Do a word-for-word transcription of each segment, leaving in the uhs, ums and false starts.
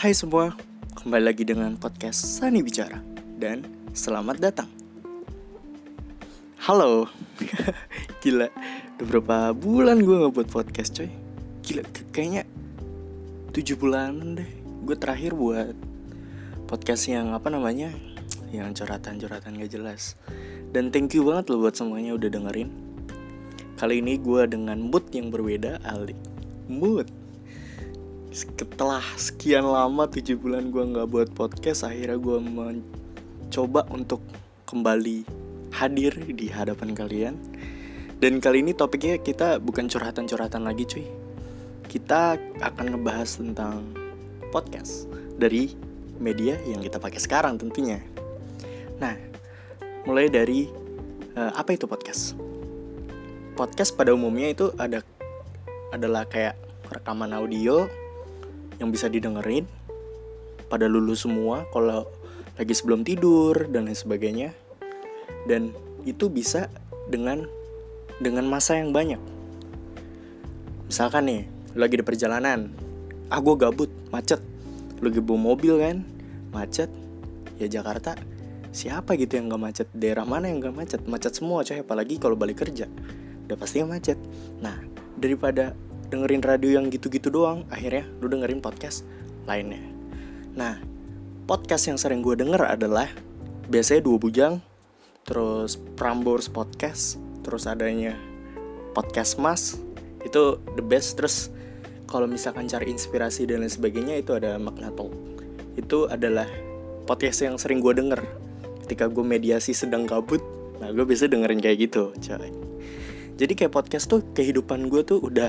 Hai semua, kembali lagi dengan podcast Sani Bicara. Dan selamat datang. Halo. Gila, udah berapa bulan gue gak buat podcast coy. Gila, kayaknya tujuh bulanan deh gue terakhir buat podcast yang apa namanya, yang curhatan-curhatan gak jelas. Dan thank you banget loh buat semuanya udah dengerin. Kali ini gue dengan mood yang berbeda, Alik. Mood. Setelah sekian lama tujuh bulan gue gak buat podcast, akhirnya gue mencoba untuk kembali hadir di hadapan kalian. Dan kali ini topiknya kita bukan curhatan-curhatan lagi cuy. Kita akan ngebahas tentang podcast dari media yang kita pakai sekarang tentunya. Nah, mulai dari uh, apa itu podcast? Podcast pada umumnya itu ada adalah kayak rekaman audio yang bisa didengerin pada lulu semua kalau lagi sebelum tidur dan lain sebagainya. Dan itu bisa dengan dengan masa yang banyak. Misalkan nih, lagi di perjalanan, ah gue gabut, macet, lagi bawa mobil kan, macet. Ya Jakarta, siapa gitu yang gak macet? Daerah mana yang gak macet? Macet semua coy, apalagi kalau balik kerja, udah pasti macet. Nah, daripada dengerin radio yang gitu-gitu doang, akhirnya lu dengerin podcast lainnya. Nah, podcast yang sering gue denger adalah biasanya Dua Bujang, terus Prambors Podcast, terus adanya Podcast Mas, itu the best. Terus kalau misalkan cari inspirasi dan lain sebagainya, itu ada Magna Talk. Itu adalah podcast yang sering gue denger ketika gue mediasi sedang kabut. Nah, gue biasa dengerin kayak gitu coy. Jadi kayak podcast tuh kehidupan gue tuh udah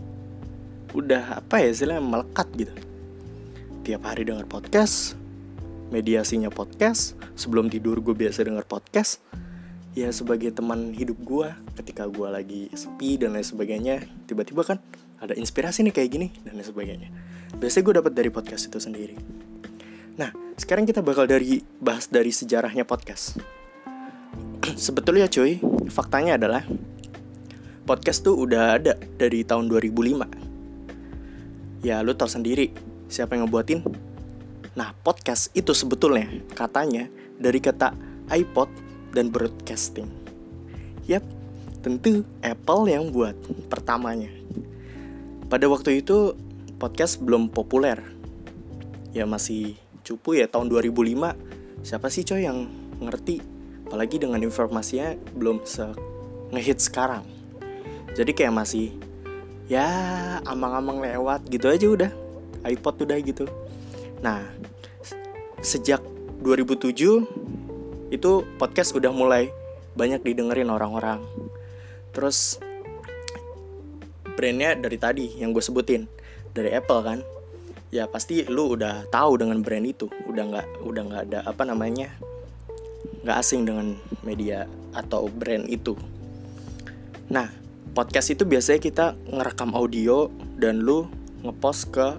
Udah apa ya istilahnya, melekat gitu. Tiap hari denger podcast, mediasinya podcast, sebelum tidur gue biasa denger podcast. Ya sebagai teman hidup gue ketika gue lagi sepi dan lain sebagainya. Tiba-tiba kan ada inspirasi nih kayak gini dan lain sebagainya. Biasanya gue dapat dari podcast itu sendiri. Nah, sekarang kita bakal dari bahas dari sejarahnya podcast. Sebetulnya cuy, faktanya adalah podcast tuh udah ada dari tahun dua ribu lima. Ya lu tau sendiri siapa yang ngebuatin. Nah, podcast itu sebetulnya katanya dari kata iPod dan broadcasting. Yap, tentu Apple yang buat pertamanya. Pada waktu itu podcast belum populer. Ya masih cupu ya, tahun dua ribu lima. Siapa sih coy yang ngerti? Apalagi dengan informasinya belum se-ngehit sekarang. Jadi kayak masih ya amang-amang lewat gitu aja udah. iPod udah gitu. Nah, sejak dua ribu tujuh itu podcast udah mulai banyak didengerin orang-orang. Terus brandnya dari tadi yang gue sebutin, dari Apple kan. Ya pasti lu udah tahu dengan brand itu. Udah gak, udah gak ada apa namanya, gak asing dengan media atau brand itu. Nah, podcast itu biasanya kita ngerekam audio dan lu ngepost ke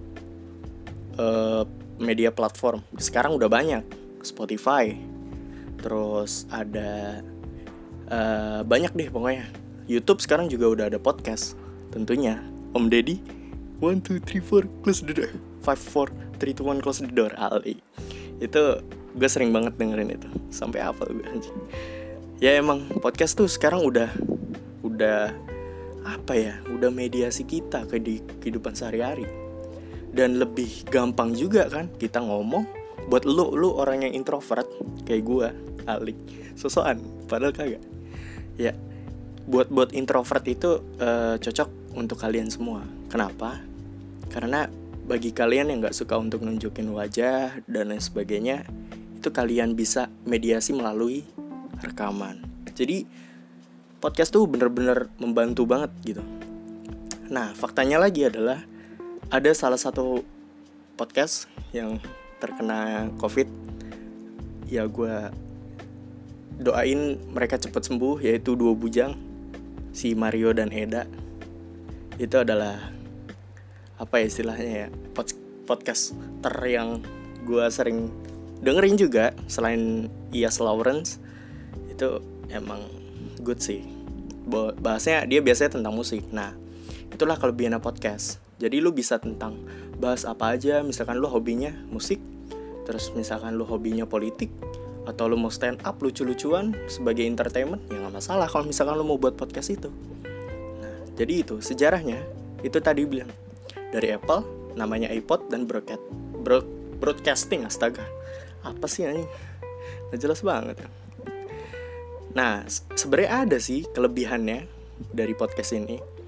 uh, media platform. Sekarang udah banyak, Spotify, terus ada uh, banyak deh pokoknya. YouTube sekarang juga udah ada podcast. Tentunya Om Deddy one, two, three, four, close the door, five, four, three, two, one, close the door. Ali itu gue sering banget dengerin itu. Sampai hafal gue anjing. Ya emang podcast tuh sekarang udah udah apa ya, udah mediasi kita ke di kehidupan sehari-hari. Dan lebih gampang juga kan kita ngomong. Buat lu, lu orang yang introvert kayak gue, Alik, sosokan, padahal kagak. Ya, buat buat introvert itu uh, cocok untuk kalian semua. Kenapa? Karena bagi kalian yang gak suka untuk nunjukin wajah dan lain sebagainya, itu kalian bisa mediasi melalui rekaman. Jadi podcast tuh bener-bener membantu banget gitu. Nah, faktanya lagi adalah ada salah satu podcast yang terkena COVID. Ya gue doain mereka cepat sembuh, yaitu Dua Bujang, si Mario dan Eda. Itu adalah apa ya istilahnya ya, podcast ter yang gue sering dengerin juga. Selain Iyas Lawrence, itu emang good sih. Bahasanya dia biasanya tentang musik. Nah, itulah kelebihannya podcast. Jadi lu bisa tentang bahas apa aja. Misalkan lu hobinya musik, terus misalkan lu hobinya politik, atau lu mau stand up lucu-lucuan sebagai entertainment, ya gak masalah kalau misalkan lu mau buat podcast itu. Nah, jadi itu sejarahnya. Itu tadi bilang dari Apple, namanya iPod dan broadcast, broad, broadcasting. Astaga, apa sih ini? Gak jelas banget. Nah, sebenarnya ada sih kelebihannya dari podcast ini.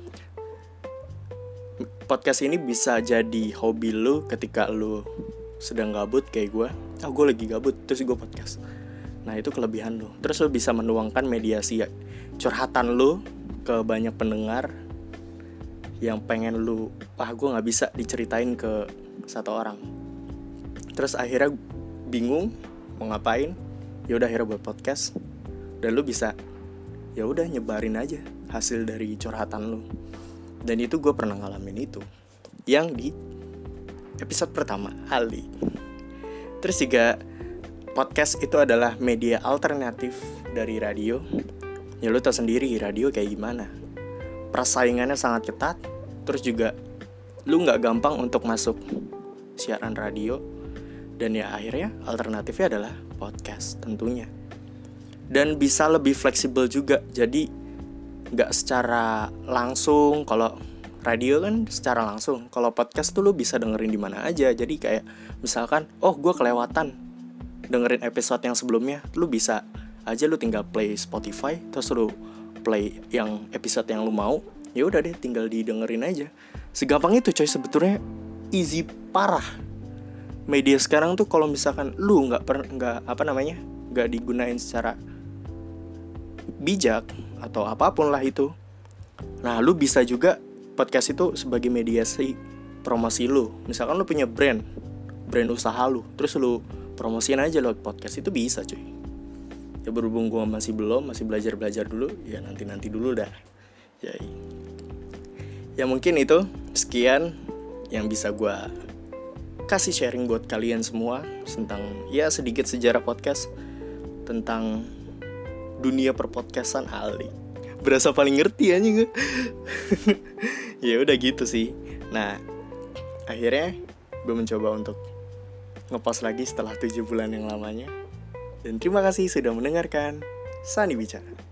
Podcast ini bisa jadi hobi lu ketika lu sedang gabut kayak gue. Ah, gue lagi gabut, terus gue podcast. Nah, itu kelebihan lu. Terus lu bisa menuangkan mediasi curhatan lu ke banyak pendengar yang pengen lu, ah gue gak bisa diceritain ke satu orang. Terus akhirnya bingung mau ngapain, ya udah akhirnya buat podcast. Dan lu bisa ya udah nyebarin aja hasil dari curhatan lu. Dan itu gue pernah ngalamin itu, yang di episode pertama, Ali. Terus juga podcast itu adalah media alternatif dari radio. Ya lu tau sendiri radio kayak gimana, persaingannya sangat ketat. Terus juga lu gak gampang untuk masuk siaran radio. Dan ya akhirnya alternatifnya adalah podcast tentunya. Dan bisa lebih fleksibel juga. Jadi gak secara langsung. Kalau radio kan secara langsung, kalau podcast tuh lu bisa dengerin di mana aja. Jadi kayak misalkan, oh gue kelewatan dengerin episode yang sebelumnya, lu bisa aja lu tinggal play Spotify, terus lu play yang episode yang lu mau. Ya udah deh, tinggal didengerin aja. Segampang itu coy, sebetulnya easy parah. Media sekarang tuh kalau misalkan lu nggak per nggak apa namanya nggak digunain secara bijak atau apapun lah itu, nah lu bisa juga podcast itu sebagai mediasi promosi lu. Misalkan lu punya brand brand usaha lu, terus lu promosiin aja lewat podcast, itu bisa cuy. Ya berhubung gue masih belum, masih belajar-belajar dulu, ya nanti-nanti dulu dah. Ya, ya mungkin itu sekian yang bisa gue kasih sharing buat kalian semua tentang ya sedikit sejarah podcast, tentang dunia perpodcastan Ali. Berasa paling ngerti aja gue. Ya udah gitu sih. Nah, akhirnya gue mencoba untuk ngepost lagi setelah tujuh bulan yang lamanya. Dan terima kasih sudah mendengarkan Sani Bicara.